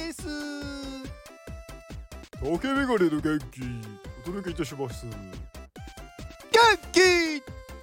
です。 竹メガネの元気お届けいたします。 元気。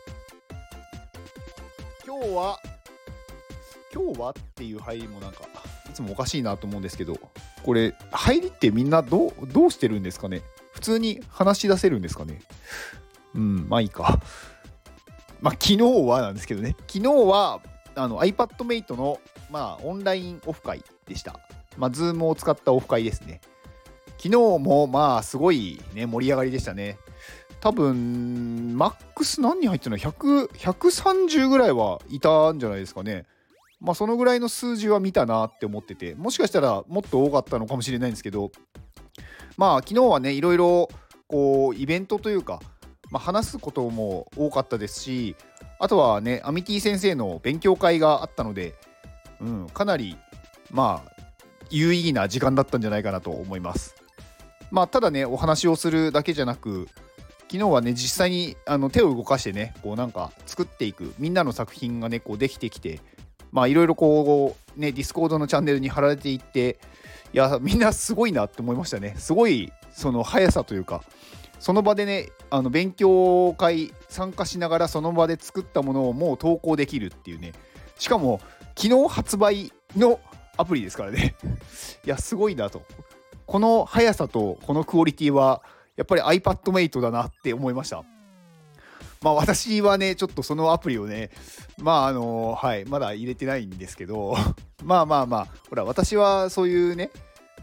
今日はっていう入りもなんかいつもおかしいなと思うんですけど、これ入りってみんなどうしてるんですかね。普通に話し出せるんですかね。まあいいか。昨日はなんですけどね。昨日はiPadMate のオンラインオフ会でした。Zoom を使ったオフ会ですね。昨日もすごいね盛り上がりでしたね。多分マックス何人入ってるの130ぐらいはいたんじゃないですかね。そのぐらいの数字は見たなって思ってて、もしかしたらもっと多かったのかもしれないんですけど、昨日はねいろいろこうイベントというか、話すことも多かったですし、あとはねアミティ先生の勉強会があったので、かなり有意義な時間だったんじゃないかなと思います。ただねお話をするだけじゃなく、昨日はね実際に手を動かしてねこうなんか作っていくみんなの作品がねこうできてきて、いろいろこうねディスコードのチャンネルに貼られていって、いやみんなすごいなって思いましたね。すごいその速さというか、その場でね勉強会参加しながらその場で作ったものをもう投稿できるっていうね。しかも昨日発売のアプリですからねいやすごいなと。この速さとこのクオリティはやっぱり iPadMate だなって思いました。私はねちょっとそのアプリをねまだ入れてないんですけどほら私はそういうね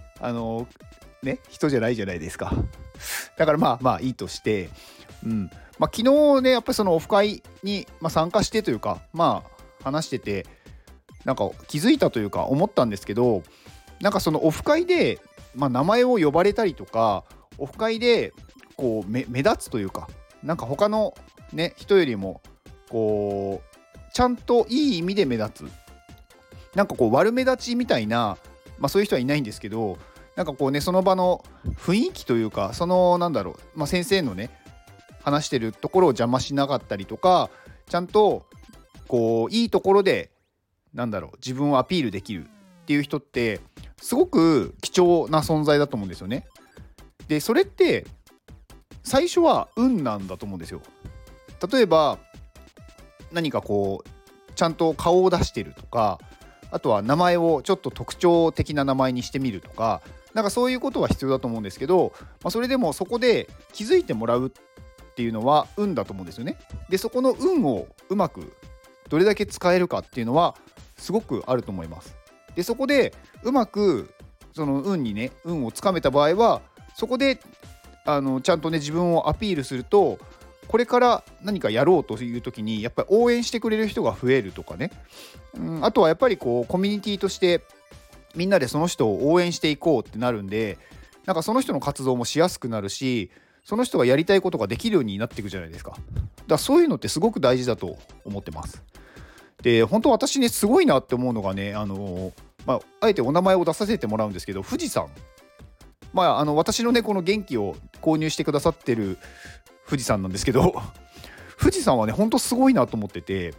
人じゃないじゃないですか。だからいいとして、昨日ねやっぱりそのオフ会に参加してというか話しててなんか気づいたというか思ったんですけど、なんかそのオフ会で名前を呼ばれたりとか、オフ会でこう目立つというか、なんか他のね人よりもこうちゃんといい意味で目立つ、なんかこう悪目立ちみたいな、そういう人はいないんですけど、なんかこうねその場の雰囲気というか、その先生のね話してるところを邪魔しなかったりとか、ちゃんとこういいところで自分をアピールできるっていう人ってすごく貴重な存在だと思うんですよね。でそれって最初は運なんだと思うんですよ。例えば何かこうちゃんと顔を出してるとか、あとは名前をちょっと特徴的な名前にしてみるとか、なんかそういうことは必要だと思うんですけど、それでもそこで気づいてもらうっていうのは運だと思うんですよね。でそこの運をうまくどれだけ使えるかっていうのはすごくあると思います。でそこでうまくその運をつかめた場合は、そこでちゃんとね自分をアピールすると、これから何かやろうという時にやっぱり応援してくれる人が増えるとかね、あとはやっぱりこうコミュニティとしてみんなでその人を応援していこうってなるんで、なんかその人の活動もしやすくなるし、その人がやりたいことができるようになっていくじゃないですか。だからそういうのってすごく大事だと思ってます。で本当私ねすごいなって思うのがね、あえてお名前を出させてもらうんですけど、富士山、私のねこの元気を購入してくださってる富士山なんですけど富士山はね本当すごいなと思ってて、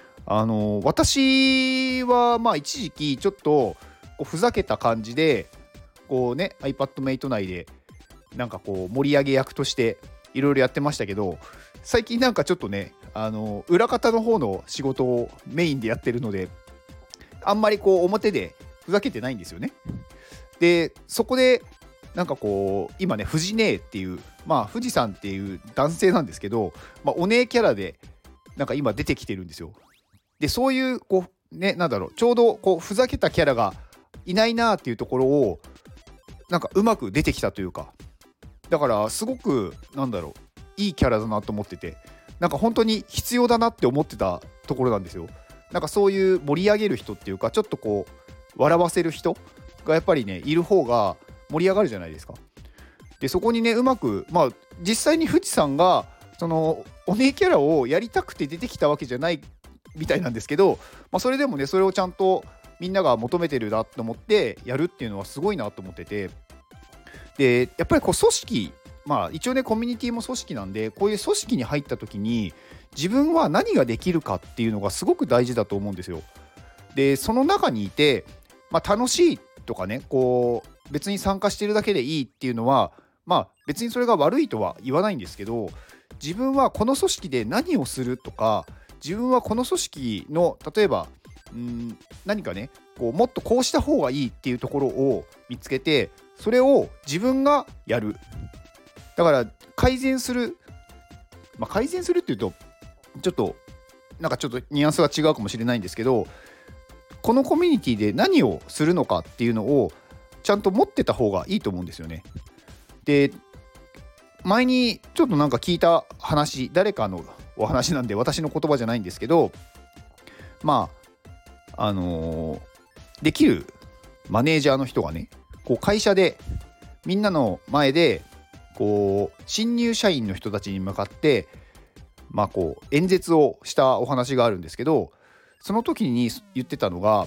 私は一時期ちょっとこうふざけた感じでこうね iPadMate 内でなんかこう盛り上げ役としていろいろやってましたけど、最近なんかちょっとね裏方の方の仕事をメインでやってるので、あんまりこう表でふざけてないんですよね。でそこでなんかこう今ね藤姉っていう富士山っていう男性なんですけど、お姉キャラでなんか今出てきてるんですよ。でそういうこうねちょうどこうふざけたキャラがいないなっていうところをなんかうまく出てきたというか、だからすごくいいキャラだなと思ってて、なんか本当に必要だなって思ってたところなんですよ。なんかそういう盛り上げる人っていうか、ちょっとこう笑わせる人がやっぱりねいる方が盛り上がるじゃないですか。でそこにねうまく実際に富士山がそのお姉キャラをやりたくて出てきたわけじゃないみたいなんですけど、それでもねそれをちゃんとみんなが求めてるなと思ってやるっていうのはすごいなと思ってて、でやっぱりこう組織、一応ねコミュニティも組織なんで、こういう組織に入った時に自分は何ができるかっていうのがすごく大事だと思うんですよ。でその中にいて、楽しいっとかね、こう別に参加してるだけでいいっていうのは、まあ別にそれが悪いとは言わないんですけど、自分はこの組織で何をするとか、自分はこの組織の例えば何かね、こうもっとこうした方がいいっていうところを見つけて、それを自分がやる。だから改善する、改善するっていうとちょっとニュアンスが違うかもしれないんですけど、このコミュニティで何をするのかっていうのをちゃんと持ってた方がいいと思うんですよね。で、前にちょっと聞いた話、誰かのお話なんで私の言葉じゃないんですけど、できるマネージャーの人がね、こう会社でみんなの前でこう新入社員の人たちに向かってこう演説をしたお話があるんですけど、その時に言ってたのが、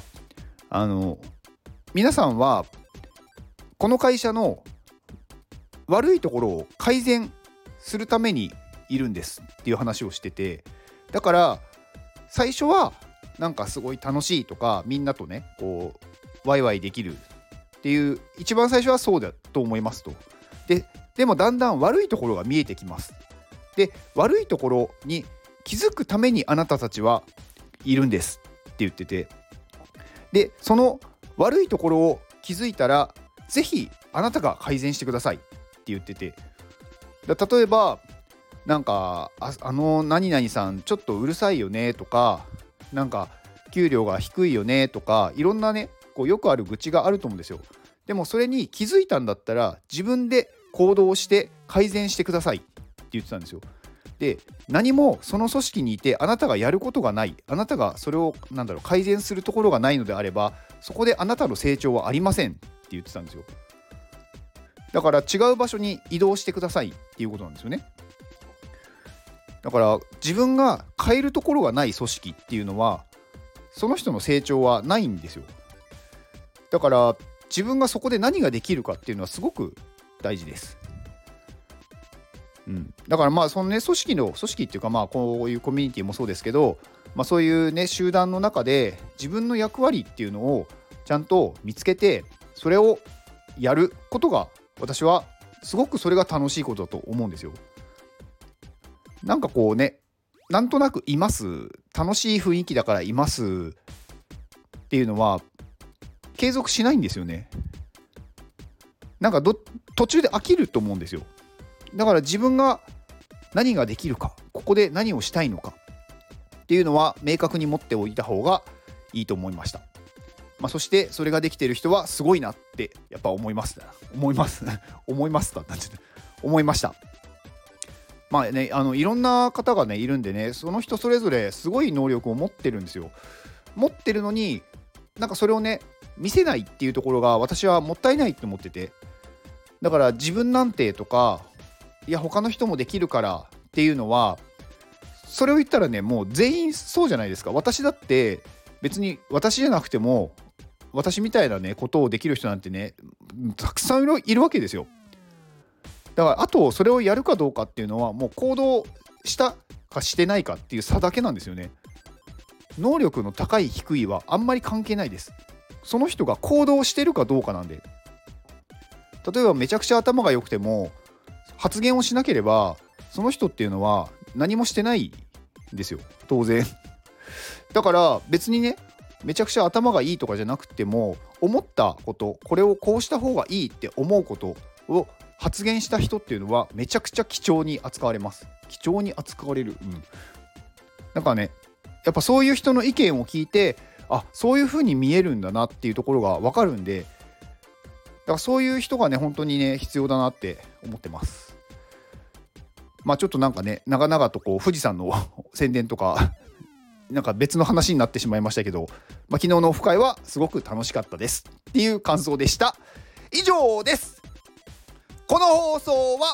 皆さんはこの会社の悪いところを改善するためにいるんですっていう話をしてて、だから最初はすごい楽しいとか、みんなとねこうワイワイできるっていう、一番最初はそうだと思いますと。でもだんだん悪いところが見えてきます。で、悪いところに気づくためにあなたたちはいるんですって言ってて、でその悪いところを気づいたらぜひあなたが改善してくださいって言ってて、例えばあの何々さんちょっとうるさいよねとか、給料が低いよねとか、いろんなねこうよくある愚痴があると思うんですよ。でもそれに気づいたんだったら自分で行動して改善してくださいって言ってたんですよ。で、何もその組織にいてあなたがやることがない、あなたがそれを改善するところがないのであれば、そこであなたの成長はありませんって言ってたんですよ。だから違う場所に移動してくださいっていうことなんですよね。だから自分が変えるところがない組織っていうのは、その人の成長はないんですよ。だから自分がそこで何ができるかっていうのはすごく大事です。だからそのね、組織っていうかこういうコミュニティもそうですけど、そういうね集団の中で自分の役割っていうのをちゃんと見つけて、それをやることが、私はすごくそれが楽しいことだと思うんですよ。こうね、なんとなくいます、楽しい雰囲気だからいますっていうのは継続しないんですよね。途中で飽きると思うんですよ。だから自分が何ができるか、ここで何をしたいのかっていうのは明確に持っておいた方がいいと思いました。そしてそれができている人はすごいなってやっぱ思いました。思いました。いろんな方がねいるんでね、その人それぞれすごい能力を持ってるんですよ。持ってるのにそれをね見せないっていうところが私はもったいないって思ってて、だから自分なんてとか、いや他の人もできるからっていうのは、それを言ったらねもう全員そうじゃないですか。私だって別に私じゃなくても、私みたいなねことをできる人なんてねたくさんいるわけですよ。だからあとそれをやるかどうかっていうのは、もう行動したかしてないかっていう差だけなんですよね。能力の高い低いはあんまり関係ないです。その人が行動してるかどうかなんで。例えばめちゃくちゃ頭が良くても発言をしなければ、その人っていうのは何もしてないんですよ、当然。だから別にねめちゃくちゃ頭がいいとかじゃなくても、思ったこと、これをこうした方がいいって思うことを発言した人っていうのはめちゃくちゃ貴重に扱われます。貴重に扱われる。ね、やっぱそういう人の意見を聞いて、そういう風に見えるんだなっていうところが分かるんで、だからそういう人がね本当にね必要だなって思ってます。ちょっと長々とこう富士山の宣伝とか別の話になってしまいましたけど、昨日のオフ会はすごく楽しかったですっていう感想でした。以上です。この放送は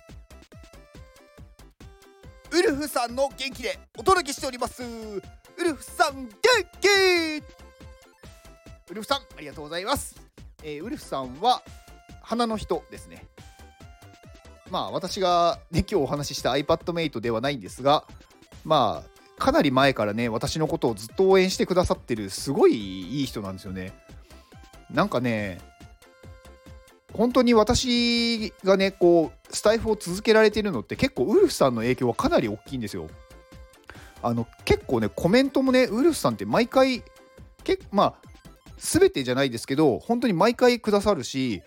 ウルフさんの元気でお届けしております。ウルフさん元気、ウルフさんありがとうございます。ウルフさんは花の人ですね。私がね今日お話しした iPadMate ではないんですが、かなり前からね私のことをずっと応援してくださってるすごいいい人なんですよね。 なんかね本当に私がねこうスタイフを続けられているのって結構ウルフさんの影響はかなり大きいんですよ。結構ねコメントもねウルフさんって毎回まあ全てじゃないですけど本当に毎回くださるし、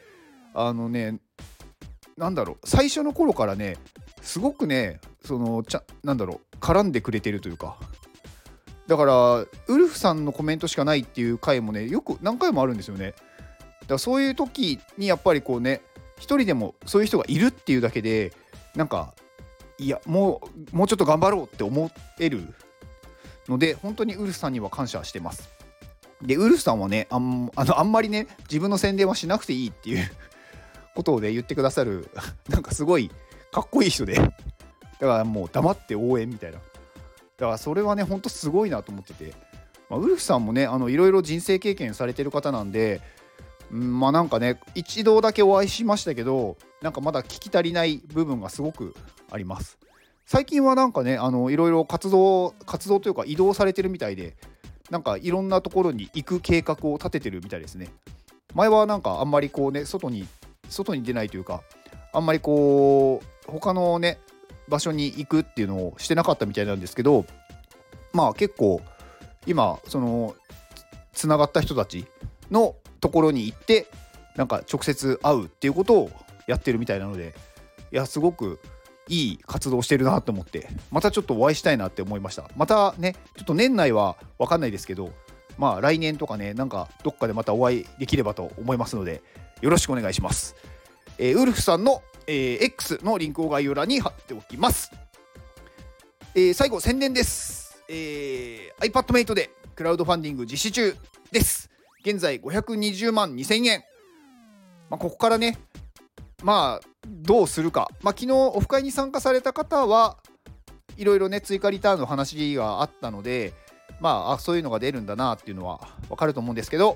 なんだろう、最初の頃からねすごくねなんだろう絡んでくれてるというか、だからウルフさんのコメントしかないっていう回もねよく何回もあるんですよね。だからそういう時にやっぱりこうね一人でもそういう人がいるっていうだけでなんかいやもうちょっと頑張ろうって思えるので本当にウルフさんには感謝してます。でウルフさんはねあんまりね自分の宣伝はしなくていいっていうことをね言ってくださるなんかすごいかっこいい人で、だからもう黙って応援みたいな、だからそれはねほんとすごいなと思ってて、ウルフさんもねいろいろ人生経験されてる方なんで、まあなんかね一度だけお会いしましたけどなんかまだ聞き足りない部分がすごくあります。最近はなんかねいろいろ活動というか移動されてるみたいで、なんかいろんなところに行く計画を立ててるみたいですね。前はなんかあんまりこうね外に出ないというかあんまりこう他のね場所に行くっていうのをしてなかったみたいなんですけど、まあ結構今つながった人たちのところに行ってなんか直接会うっていうことをやってるみたいなので、いやすごくいい活動してるなと思ってまたちょっとお会いしたいなって思いました。またねちょっと年内は分かんないですけど、まあ来年とかねなんかどっかでまたお会いできればと思いますのでよろしくお願いします。ウルフさんの、X のリンクを概要欄に貼っておきます。最後宣伝です。iPadMate でクラウドファンディング実施中です。現在520万2000円、ここからねどうするか、昨日オフ会に参加された方はいろいろね追加リターンの話があったのでそういうのが出るんだなっていうのは分かると思うんですけど、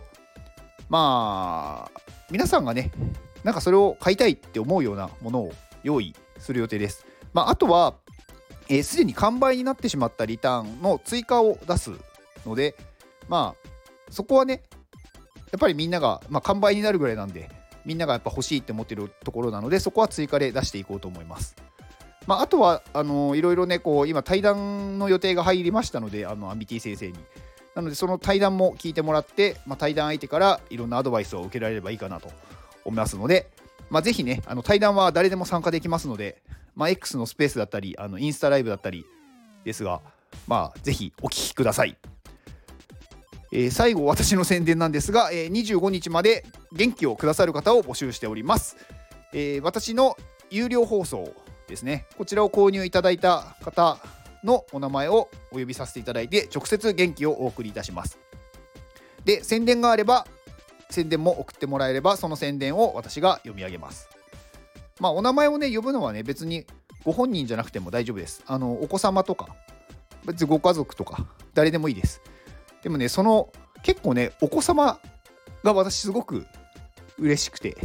皆さんがねなんかそれを買いたいって思うようなものを用意する予定です。あとはすでに完売になってしまったリターンの追加を出すのでそこはねやっぱりみんなが、完売になるぐらいなんでみんながやっぱ欲しいって思ってるところなのでそこは追加で出していこうと思います。あとはいろいろねこう今対談の予定が入りましたのでアンビティ先生に、なのでその対談も聞いてもらって、対談相手からいろんなアドバイスを受けられればいいかなと思いますので、ぜひね対談は誰でも参加できますので、X のスペースだったりインスタライブだったりですがぜひお聞きください。最後私の宣伝なんですが、25日まで元気をくださる方を募集しております。私の有料放送ですね、こちらを購入いただいた方のお名前をお呼びさせていただいて直接元気をお送りいたします。で宣伝があれば宣伝も送ってもらえればその宣伝を私が読み上げます。お名前をね呼ぶのはね別にご本人じゃなくても大丈夫です。お子様とか別にご家族とか誰でもいいです。でもね結構ねお子様が私すごく嬉しくて、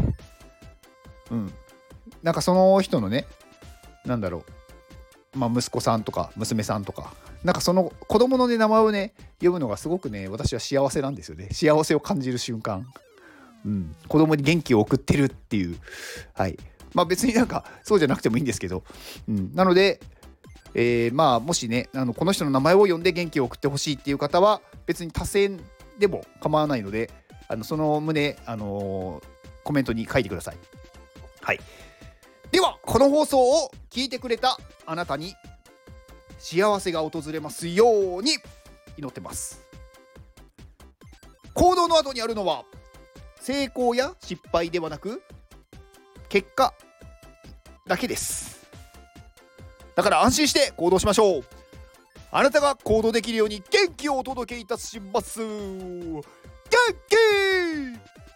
なんかその人のねなんだろう息子さんとか娘さんとかなんかその子供の、ね、名前をね呼ぶのがすごくね私は幸せなんですよね。幸せを感じる瞬間、子供に元気を送ってるっていう、別になんかそうじゃなくてもいいんですけど、なので、もしねこの人の名前を呼んで元気を送ってほしいっていう方は別に多選でも構わないのでその旨、コメントに書いてください。ではこの放送を聞いてくれたあなたに幸せが訪れますように祈ってます。行動の後にあるのは成功や失敗ではなく結果だけです。だから安心して行動しましょう。あなたが行動できるように元気をお届けいたします。元気